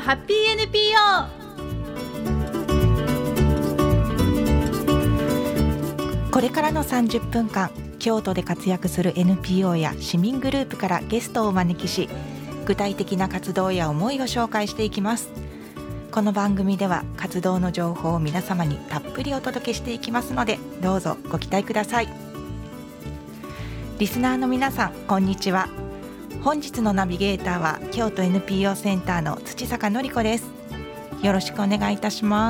ハッピー NPO。 これからの30分間、京都で活躍する NPO や市民グループからゲストをお招きし、具体的な活動や思いを紹介していきます。この番組では活動の情報を皆様にたっぷりお届けしていきますので、どうぞご期待ください。リスナーの皆さん、こんにちは。本日のナビゲーターは京都 NPO センターの土坂典子です。よろしくお願いいたします。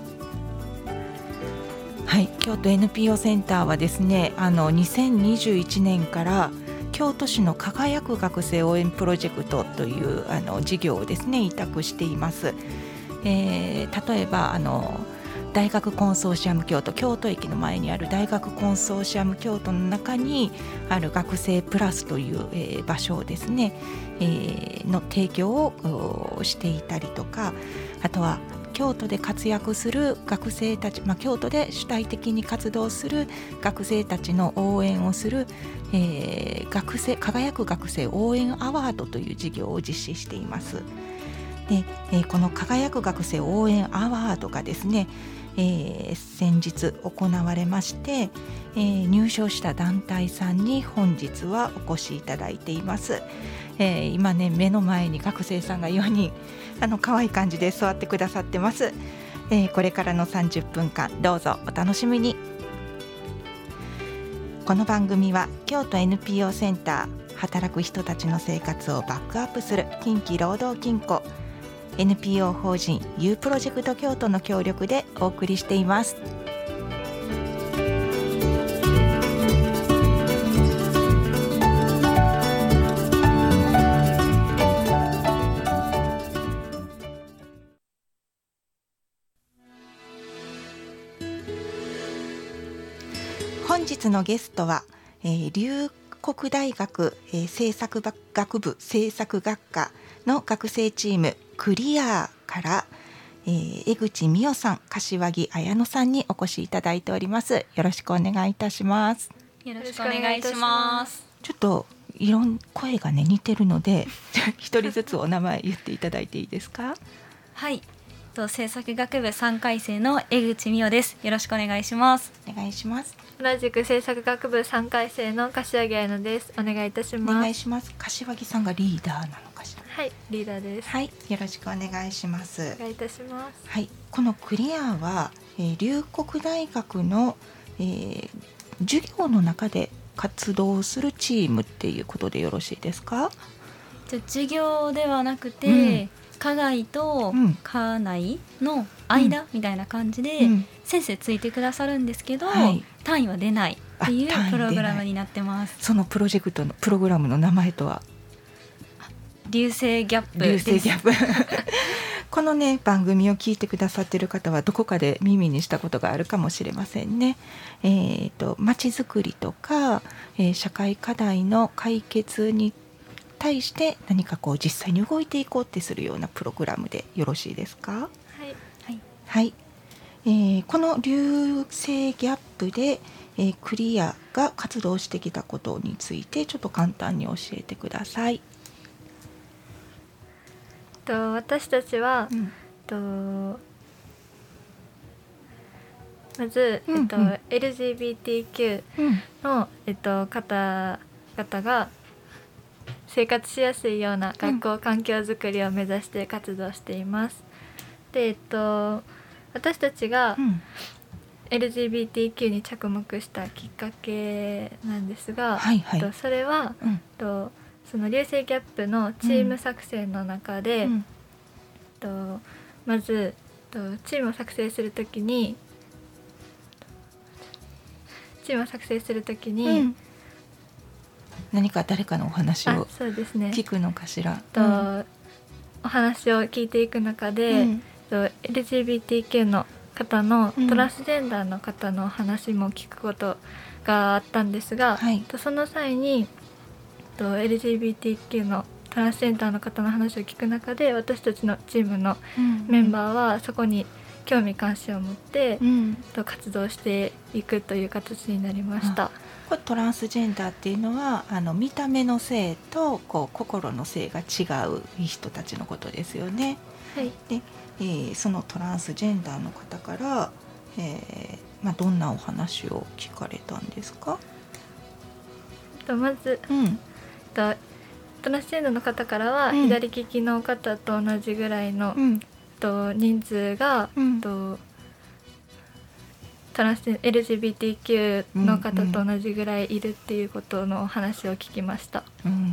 はい、京都 NPO センターはですね、2021年から京都市の輝く学生応援プロジェクトという事業をですね委託しています。例えば大学コンソーシアム京都、京都駅の前にある大学コンソーシアム京都の中にある学生プラスという、場所をですね、の提供をしていたりとか、あとは京都で活躍する学生たち、京都で主体的に活動する学生たちの応援をする、輝く学生応援アワードという事業を実施しています。で、この輝く学生応援アワードがですね、先日行われまして、入賞した団体さんに本日はお越しいただいています。今ね、目の前に学生さんが4人可愛い感じで座ってくださってます。これからの30分間どうぞお楽しみに。この番組は京都 NPO センター、働く人たちの生活をバックアップする近畿労働金庫、NPO 法人 U プロジェクト京都の協力でお送りしています。本日のゲストは、龍谷大学、政策学部政策学科の学生チームクリアから、江口美代さん、柏木彩乃さんにお越しいただいております。よろしくお願いいたします。 よろしくお願いします。 ちょっと声がね似てるので一人ずつお名前言っていただいていいですか？ はい、政策学部3回生の江口美代です。よろしくお願いします。 お願いします。 同じく政策学部3回生の柏木彩乃です。お願いいたします。 お願いします。柏木さんがリーダーなのかしら？ はい、リーダーです。 はい、よろしくお願いします。 お願いいたします。 はい、このクリアは、龍谷大学の、授業の中で活動するチームっていうことでよろしいですか？ 授業ではなくて、課外と課内の間みたいな感じで、先生ついてくださるんですけど、単位は出ないっていうプログラムになってます。 そのプロジェクトのプログラムの名前とは流星ギャップです。 流星ギャップこのね番組を聞いてくださっている方はどこかで耳にしたことがあるかもしれませんね。まちづくりとか、社会課題の解決に対して何か実際に動いていこうってするようなプログラムでよろしいですか？ はいはいはい。この流星ギャップで、クリアが活動してきたことについてちょっと簡単に教えてください。 私たちは、まず、LGBTQ の、方々が生活しやすいような学校環境づくりを目指して活動しています。で、私たちが、LGBTQ に着目したきっかけなんですが、それは、その流星ギャップのチーム作成の中で、まずチームを作成するときに、 何か誰かのお話を聞くのかしら？ お話を聞いていく中で、LGBTQ の方のトランスジェンダーの方の話も聞くことがあったんですが、その際にLGBTQ のトランスジェンダーの方の話を聞く中で、私たちのチームのメンバーはそこに興味関心を持って、活動していくという形になりました。 これトランスジェンダーっていうのは見た目の性と心の性が違う人たちのことですよね。 はい。 で、そのトランスジェンダーの方から、どんなお話を聞かれたんですか？ まず、トランスジェンダーの方からは、左利きの方と同じぐらいの、人数が、トランス LGBTQ の方と同じぐらいいるっていうことのお話を聞きました。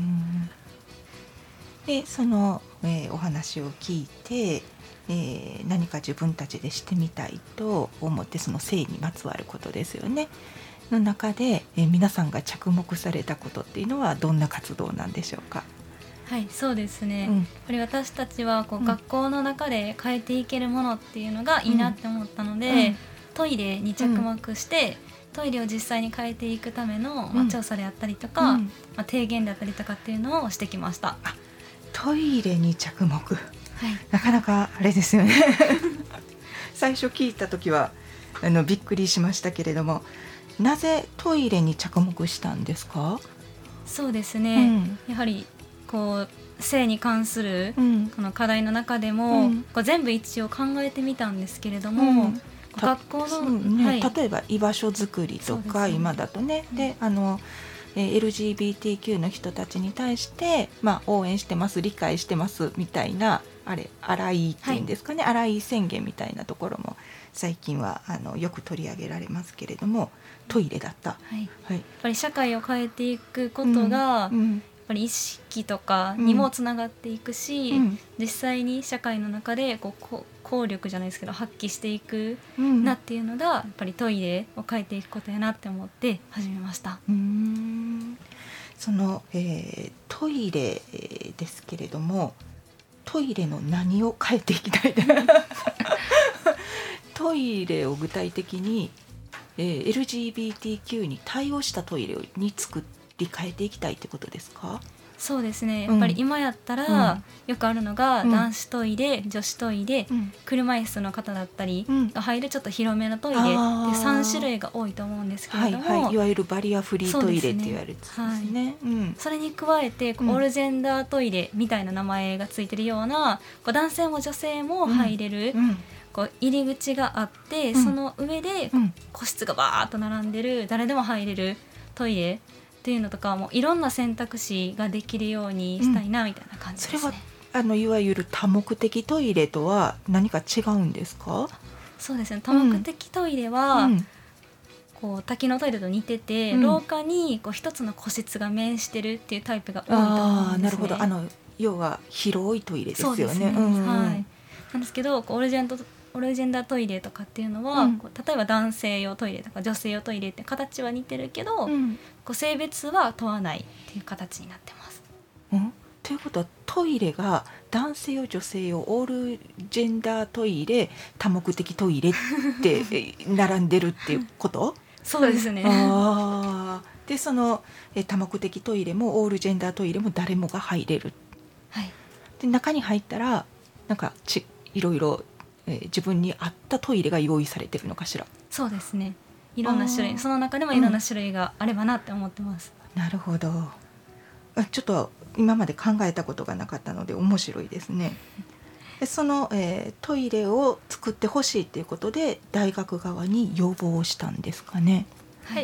でその、お話を聞いて、何か自分たちでしてみたいと思って、その性にまつわることですよねの中で、皆さんが着目されたことっていうのはどんな活動なんでしょうか？ はい、そうですね、やっぱり私たちは学校の中で変えていけるものっていうのがいいなって思ったので、トイレに着目して、トイレを実際に変えていくための、調査であったりとか、提言であったりとかっていうのをしてきました。 トイレに着目、なかなかあれですよね最初聞いた時はびっくりしましたけれども、なぜトイレに着目したんですか？ そうですね、やはり性に関するこの課題の中でも、全部一応考えてみたんですけれども、学校の、 例えば居場所づくりとか、今だとね、でLGBTQ の人たちに対して、応援してます、理解してますみたいな、荒いっていうんですかね、荒い宣言みたいなところも最近はよく取り上げられますけれども、トイレだった、 やっぱり社会を変えていくことが、やっぱり意識とかにもつながっていくし、実際に社会の中で効力じゃないですけど発揮していくなっていうのが、やっぱりトイレを変えていくことやなって思って始めました。 その、トイレですけれども、トイレの何を変えていきたいトイレを具体的に、LGBTQ に対応したトイレに作り変えていきたいってことですか？ そうですね、やっぱり今やったら、よくあるのが、男子トイレ、女子トイレ、車椅子の方だったりが入るちょっと広めのトイレって3種類が多いと思うんですけれども、 いわゆるバリアフリートイレって言われてですね、 それに加えてオールジェンダートイレみたいな名前がついてるような、男性も女性も入れる、入り口があって、その上で個室がバーッと並んでる誰でも入れるトイレっていうのとかも、いろんな選択肢ができるようにしたいなみたいな感じですね。 それはいわゆる多目的トイレとは何か違うんですか？ そうですね、多目的トイレは、多機能トイレと似てて、廊下に一つの個室が面してるっていうタイプが多いと思うんですね。 なるほど、要は広いトイレですよね。 そうですね、なんですけど、オールジェンダートイレとかっていうのは、例えば男性用トイレとか女性用トイレって形は似てるけど、性別は問わないっていう形になってます。 ということは、トイレが男性用女性用オールジェンダートイレ、多目的トイレって並んでるっていうことそうですね。 でその多目的トイレもオールジェンダートイレも誰もが入れる、で中に入ったらなんかいろいろ自分に合ったトイレが用意されてるのかしら？そうですね、いろんな種類、その中でもいろんな種類があればなって思ってます。なるほど、ちょっと今まで考えたことがなかったので面白いですね。でその、トイレを作ってほしいということで大学側に要望をしたんですかね？ はい。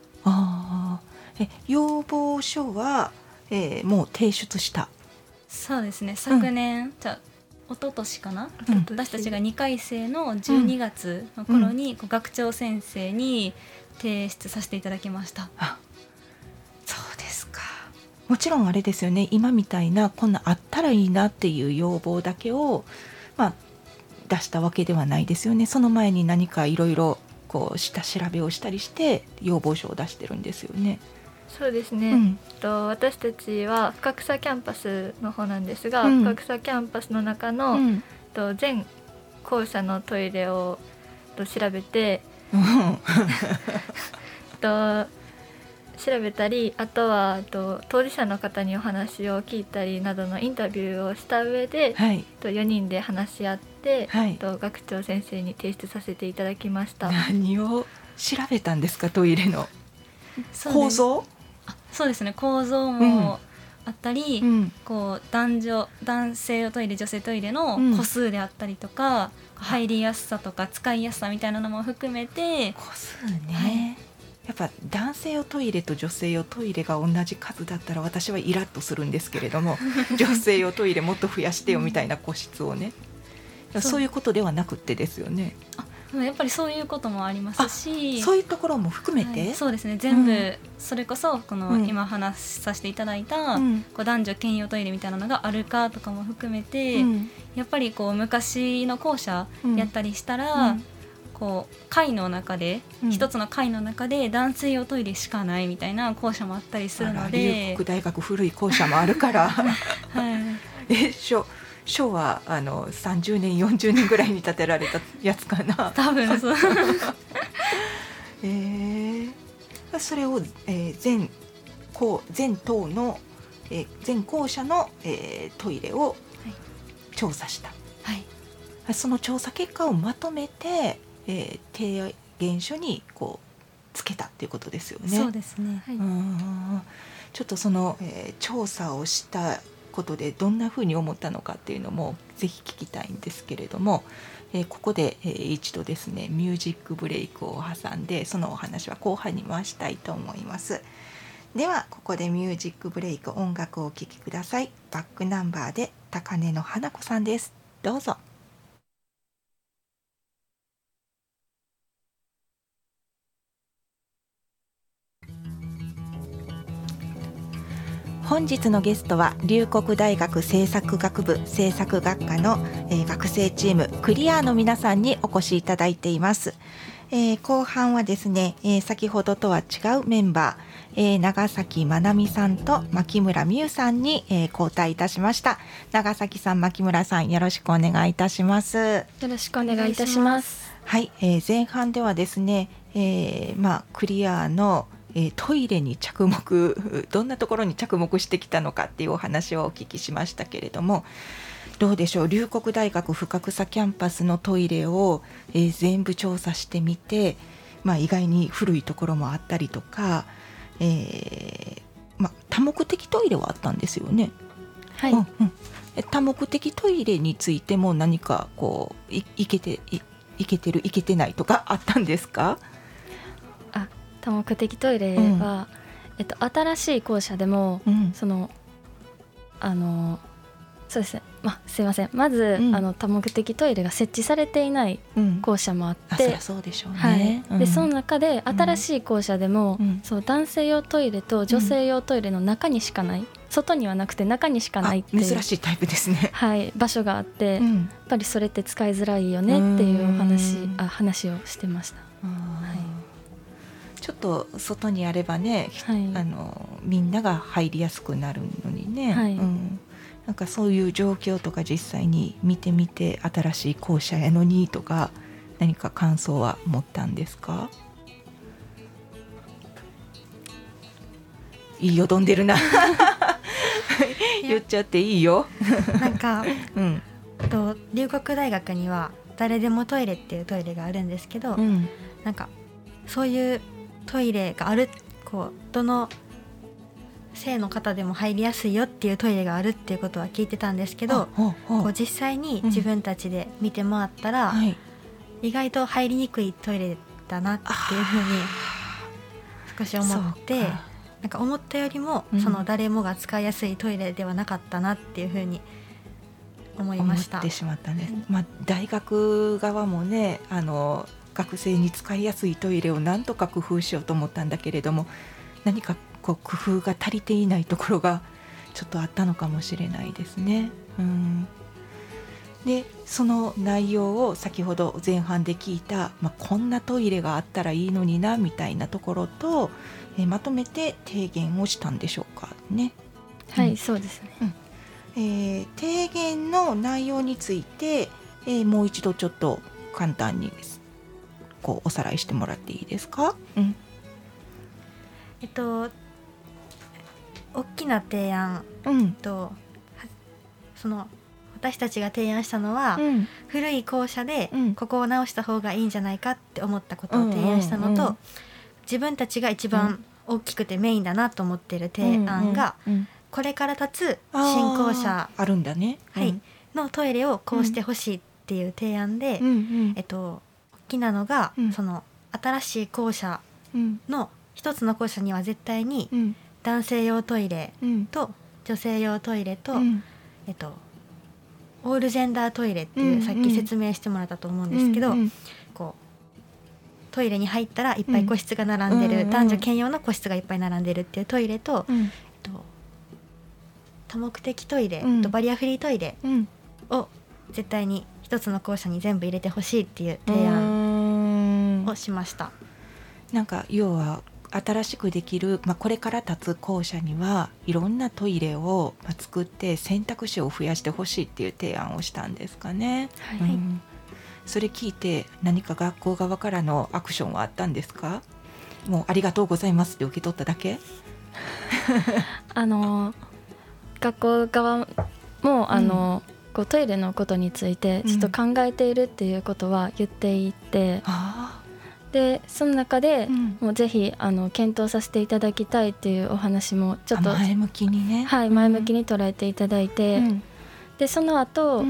要望書は、もう提出した？ そうですね、昨年、一昨年かな、私たちが2回生の12月の頃に、学長先生に提出させていただきました。 そうですか。もちろんあれですよね、今みたいなこんなあったらいいなっていう要望だけを、出したわけではないですよね。その前に何かいろいろ下調べをしたりして要望書を出してるんですよね。 そうですね、私たちは深草キャンパスの方なんですが、深草キャンパスの中の、全校舎のトイレを調べて調べたり、あとは当事者の方にお話を聞いたりなどのインタビューをした上で、4人で話し合って、学長先生に提出させていただきました。 何を調べたんですか？トイレの構造？ そうですね、構造もあったり、こう男性用トイレ女性トイレの個数であったりとか、入りやすさとか使いやすさみたいなのも含めて。 個数ね、やっぱ男性用トイレと女性用トイレが同じ数だったら私はイラッとするんですけれども女性用トイレもっと増やしてよみたいな個室をね、そういうことではなくってですよね。 やっぱりそういうこともありますし、 そういうところも含めて、 そうですね、全部、それこそこの今話させていただいた、こう男女兼用トイレみたいなのがあるかとかも含めて、やっぱりこう昔の校舎やったりしたら、こう階の中で、一つの階の中で男性用トイレしかないみたいな校舎もあったりするので、 龍谷大学古い校舎もあるから昭和30年40年ぐらいに建てられたやつかな多分そうそれを、全棟の、全校舎の、トイレを調査した、その調査結果をまとめて、提言書にこうつけたっていうことですよね。 そうですね、 ちょっとその、調査をしたことでどんなふうに思ったのかっていうのもぜひ聞きたいんですけれども、ここで、一度ですねミュージックブレイクを挟んでそのお話は後半に回したいと思います。ではここでミュージックブレイク、音楽をお聴きください。バックナンバーで高根の花子さんです。どうぞ。本日のゲストは龍谷大学政策学部政策学科の、学生チームクリアの皆さんにお越しいただいています。後半はですね、先ほどとは違うメンバー、長崎まなみさんと牧村美優さんに、交代いたしました。長崎さん、牧村さん、よろしくお願いいたします。 よろしくお願いいたします。 はい、前半ではですね、クリアのトイレに着目、どんなところに着目してきたのかっていうお話をお聞きしましたけれども、どうでしょう、龍谷大学深草キャンパスのトイレを、全部調査してみて、意外に古いところもあったりとか、多目的トイレはあったんですよね。 はい、 多目的トイレについても何かこういけてるいけてないとかあったんですか？ 多目的トイレは、新しい校舎でも、そうですね、すいません、まず、多目的トイレが設置されていない校舎もあって、 そりゃそうでしょうね。 でその中で新しい校舎でも、そう男性用トイレと女性用トイレの中にしかない、外にはなくて中にしかないっていう珍しいタイプですね。 場所があって、やっぱりそれって使いづらいよねっていう話をしてました。 ちょっと外にあればね、みんなが入りやすくなるのにね、なんかそういう状況とか実際に見てみて、新しい校舎やのにとか何か感想は持ったんですか？いいよ、どんでるな言っちゃっていいよなんか、龍谷大学には誰でもトイレっていうトイレがあるんですけど、なんかそういうトイレがある、こうどの性の方でも入りやすいよっていうトイレがあるっていうことは聞いてたんですけど、こう実際に自分たちで見て回ったら、意外と入りにくいトイレだなっていうふうに少し思って、なんか思ったよりも、その誰もが使いやすいトイレではなかったなっていうふうに思いました。 思ってしまったね。大学側もね、学生に使いやすいトイレを何とか工夫しようと思ったんだけれども、何かこう工夫が足りていないところがちょっとあったのかもしれないですね。でその内容を先ほど前半で聞いた、こんなトイレがあったらいいのになみたいなところと、まとめて提言をしたんでしょうかね。 はい、そうですね。 提言の内容について、もう一度ちょっと簡単にこうおさらいしてもらっていいですか？ 大きな提案と、その私たちが提案したのは、古い校舎でここを直した方がいいんじゃないかって思ったことを提案したのと、自分たちが一番大きくてメインだなと思っている提案が、これから立つ新校舎あるんだね、 のトイレをこうしてほしいっていう提案で、大きなのが、その新しい校舎の一つの校舎には絶対に男性用トイレと女性用トイレと、オールジェンダートイレっていう、さっき説明してもらったと思うんですけど、こうトイレに入ったらいっぱい個室が並んでる、男女兼用の個室がいっぱい並んでるっていうトイレと、多目的トイレとバリアフリートイレを絶対に一つの校舎に全部入れてほしいっていう提案をしました。 なんか要は新しくできる、これから建つ校舎にはいろんなトイレを作って選択肢を増やしてほしいっていう提案をしたんですかね。それ聞いて何か学校側からのアクションはあったんですか？もうありがとうございますって受け取っただけ？ 学校側もこうトイレのことについてちょっと考えているっていうことは言っていて、でその中で、もうぜひ検討させていただきたいっていうお話もちょっと前向きにね、 前向きに捉えていただいて、でその後、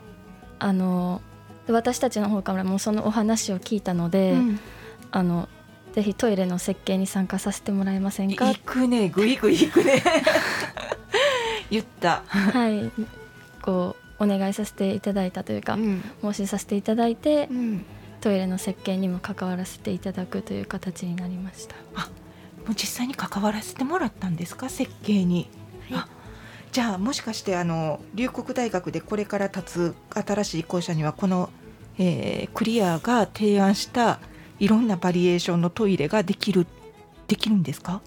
私たちの方からもそのお話を聞いたので、ぜひトイレの設計に参加させてもらえませんか？ 行くね、ぐいぐい行くね言ったこうお願いさせていただいたというか、申しさせていただいて、トイレの設計にも関わらせていただくという形になりました。 もう実際に関わらせてもらったんですか、設計に？じゃあもしかして龍谷大学でこれから建つ新しい校舎にはこの、クリアが提案したいろんなバリエーションのトイレができるんですか？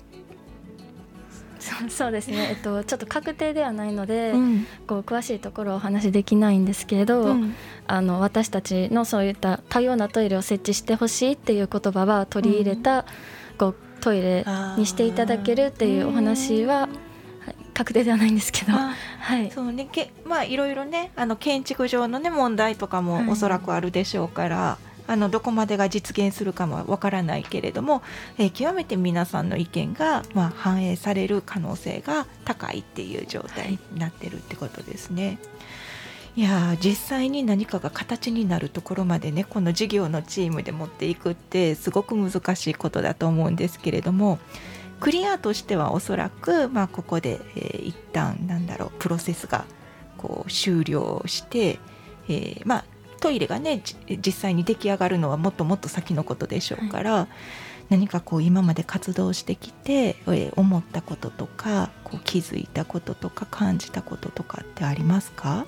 そうですね、ちょっと確定ではないので、こう詳しいところはお話しできないんですけれど、私たちのそういった多様なトイレを設置してほしいっていう言葉は取り入れた、こうトイレにしていただけるっていうお話は、確定ではないんですけど、 そうね、いろいろね建築上の、問題とかもおそらくあるでしょうから、どこまでが実現するかもわからないけれども、極めて皆さんの意見が、反映される可能性が高いっていう状態になってるってことですね。いや実際に何かが形になるところまでね、この事業のチームで持っていくってすごく難しいことだと思うんですけれども、クリアとしてはおそらく、ここで、一旦プロセスがこう終了して、トイレがね実際に出来上がるのはもっともっと先のことでしょうから、何かこう今まで活動してきて、思ったこととかこう気づいたこととか感じたこととかってありますか？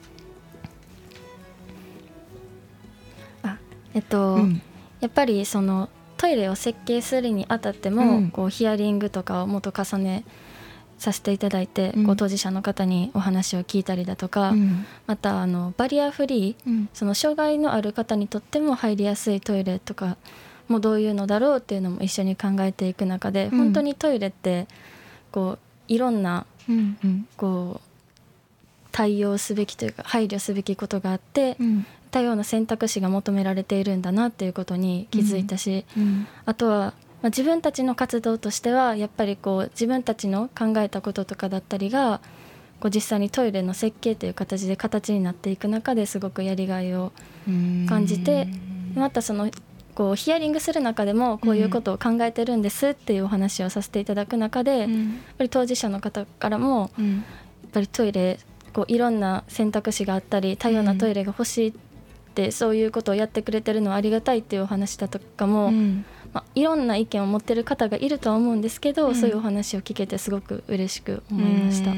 やっぱりそのトイレを設計するにあたっても、こうヒアリングとかをもっと重ねさせていただいて、こう当事者の方にお話を聞いたりだとか、またバリアフリー、その障害のある方にとっても入りやすいトイレとかもどういうのだろうっていうのも一緒に考えていく中で、本当にトイレってこういろんなこう対応すべきというか配慮すべきことがあって、多様な選択肢が求められているんだなっていうことに気づいたし、あとは自分たちの活動としてはやっぱりこう自分たちの考えたこととかだったりがこう実際にトイレの設計という形で形になっていく中ですごくやりがいを感じて、またそのこうヒアリングする中でもこういうことを考えてるんですっていうお話をさせていただく中で、やっぱり当事者の方からもやっぱりトイレこういろんな選択肢があったり多様なトイレが欲しいってそういうことをやってくれてるのはありがたいっていうお話だとかも、いろんな意見を持ってる方がいるとは思うんですけど、そういうお話を聞けてすごく嬉しく思いました。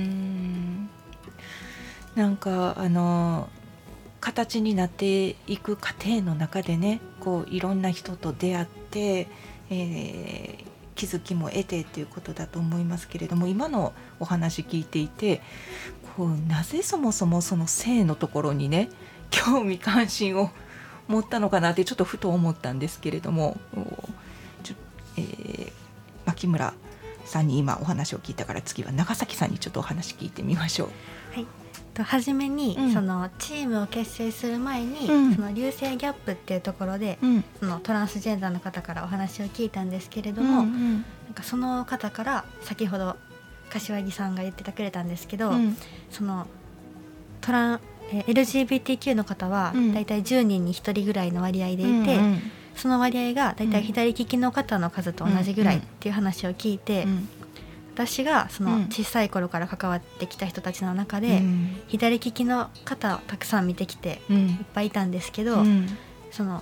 なんか形になっていく過程の中でね、こういろんな人と出会って、気づきも得てっていうことだと思いますけれども、今のお話聞いていてこうなぜそもそもその性のところにね興味関心を持ったのかなってちょっとふと思ったんですけれども、牧村さんに今お話を聞いたから次は長崎さんにちょっとお話聞いてみましょう。 初めに、そのチームを結成する前に、その流星ギャップっていうところで、そのトランスジェンダーの方からお話を聞いたんですけれども、なんかその方から先ほど柏木さんが言ってくれたんですけど、そのLGBTQ の方はだいたい10人に1人ぐらいの割合でいて、その割合がだいたい左利きの方の数と同じぐらいっていう話を聞いて、私がその小さい頃から関わってきた人たちの中で、左利きの方をたくさん見てきていっぱいいたんですけど、その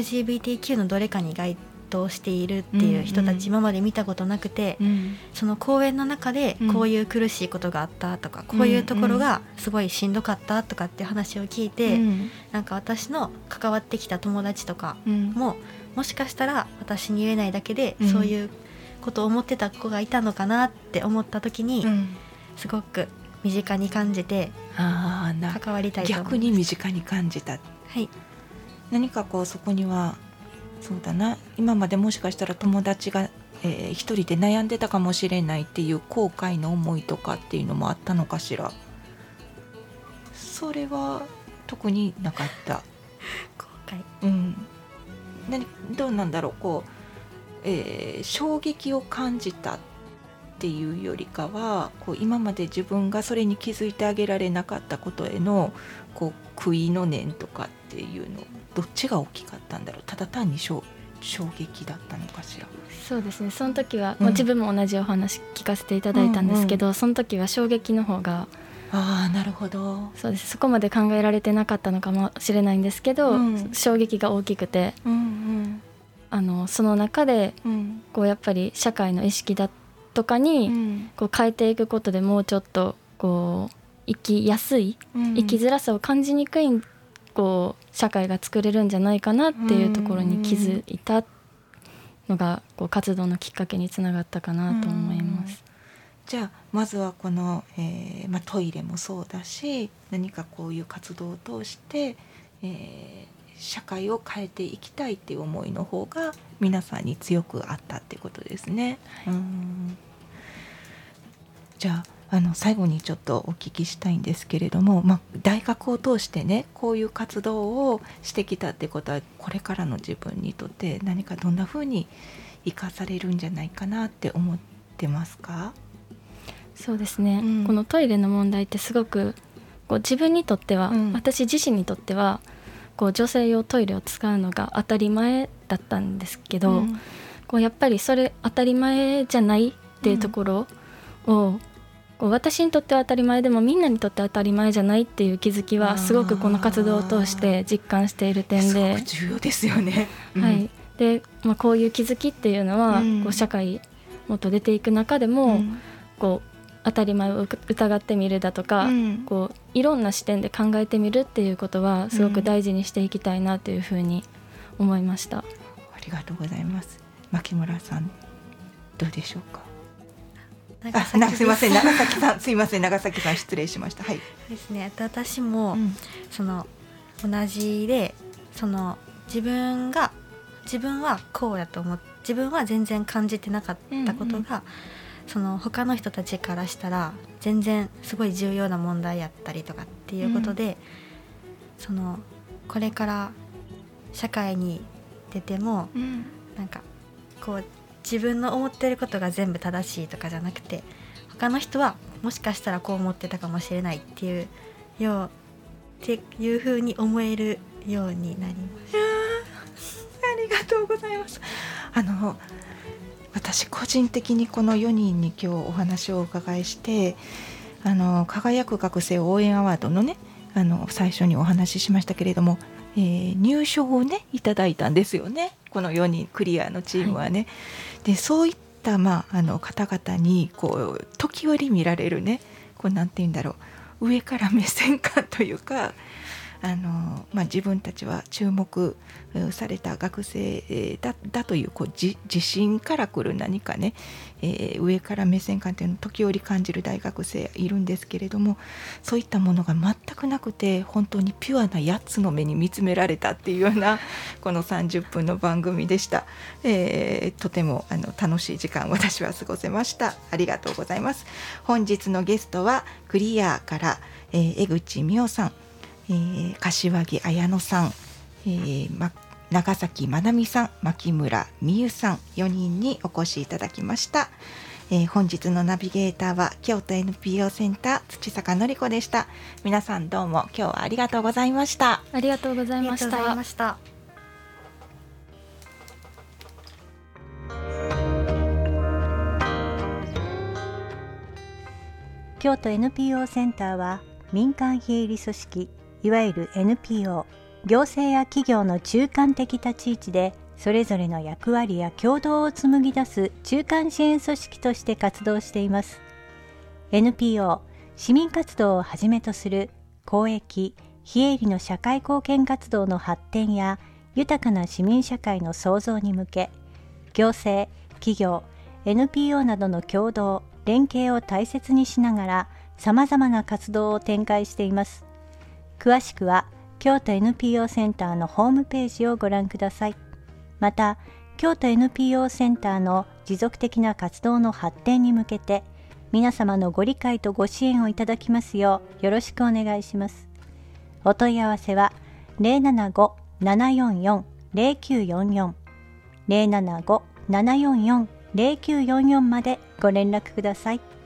LGBTQ のどれかに該当しているっていう人たち今まで見たことなくて、その講演の中でこういう苦しいことがあったとか、こういうところがすごいしんどかったとかっていう話を聞いて、なんか私の関わってきた友達とかも、もしかしたら私に言えないだけでそういうことを思ってた子がいたのかなって思った時に、すごく身近に感じて関わりたいと思います。 逆に身近に感じた、はい、何かこうそこにはそうだな、今までもしかしたら友達が、一人で悩んでたかもしれないっていう後悔の思いとかっていうのもあったのかしら。それは特になかった後悔、 どうなんだろう、こう、衝撃を感じたっていうよりかは、こう今まで自分がそれに気づいてあげられなかったことへのこう悔いの念とかっていうの、どっちが大きかったんだろう。ただ単に衝撃だったのかしら。 そうですね、その時は、自分も同じお話聞かせていただいたんですけど、その時は衝撃の方が、 なるほど、 そうです、そこまで考えられてなかったのかもしれないんですけど、衝撃が大きくて、その中で、こうやっぱり社会の意識だとかに、こう変えていくことでもうちょっとこう生きやすい、生きづらさを感じにくいこう社会が作れるんじゃないかなっていうところに気づいたのが、こう活動のきっかけにつながったかなと思います。 じゃあまずはこの、トイレもそうだし、何かこういう活動を通して、社会を変えていきたいっていう思いの方が皆さんに強くあったってことですね。じゃあ最後にちょっとお聞きしたいんですけれども、大学を通してね、こういう活動をしてきたってことは、これからの自分にとって何かどんな風に生かされるんじゃないかなって思ってますか？ そうですね、このトイレの問題ってすごくこう自分にとっては、私自身にとってはこう女性用トイレを使うのが当たり前だったんですけど、こうやっぱりそれ当たり前じゃないっていうところを、こう私にとっては当たり前でもみんなにとって当たり前じゃないっていう気づきはすごくこの活動を通して実感している点で、 すごく重要ですよね。 はい、で、こういう気づきっていうのは、こう社会もっと出ていく中でも、こう当たり前を疑ってみるだとか、こういろんな視点で考えてみるっていうことはすごく大事にしていきたいなというふうに思いました。 ありがとうございます。牧村さんどうでしょうか？すいません、長崎さん、すいません、長崎さん失礼しました。はい。 ですね。私も、その同じで、その自分はこうやと思って、自分は全然感じてなかったことが、その他の人たちからしたら全然すごい重要な問題やったりとかっていうことで、そのこれから社会に出ても、なんかこう自分の思ってることが全部正しいとかじゃなくて、他の人はもしかしたらこう思ってたかもしれないっていう風に思えるようになりました。 ありがとうございます。私個人的にこの4人に今日お話をお伺いして、輝く学生応援アワードのね、最初にお話ししましたけれども、入賞をねいただいたんですよね、この4人クリアのチームはね。でそういった、方々にこう時折見られるね、こうなんて言うんだろう、上から目線感というか、自分たちは注目された学生だという、こう自信から来る何かね、上から目線感というのを時折感じる大学生いるんですけれども、そういったものが全くなくて、本当にピュアな8つの目に見つめられたっていうようなこの30分の番組でした。とても楽しい時間私は過ごせました。ありがとうございます。本日のゲストはクリアから、江口美桜さん、柏木綾乃さん、 長崎まなみさん、牧村美優さん、4人にお越しいただきました。本日のナビゲーターは京都 NPO センター土坂典子でした。皆さんどうも今日はありがとうございました。 ありがとうございました。 京都 NPO センターは民間非営利組織、いわゆる NPO、行政や企業の中間的立ち位置でそれぞれの役割や共同を紡ぎ出す中間支援組織として活動しています。 NPO、市民活動をはじめとする公益・非営利の社会貢献活動の発展や豊かな市民社会の創造に向け、行政・企業、NPO などの共同・連携を大切にしながらさまざまな活動を展開しています。詳しくは京都 NPO センターのホームページをご覧ください。また、京都 NPO センターの持続的な活動の発展に向けて、皆様のご理解とご支援をいただきますようよろしくお願いします。お問い合わせは 075-744-0944 075-744-0944までご連絡ください。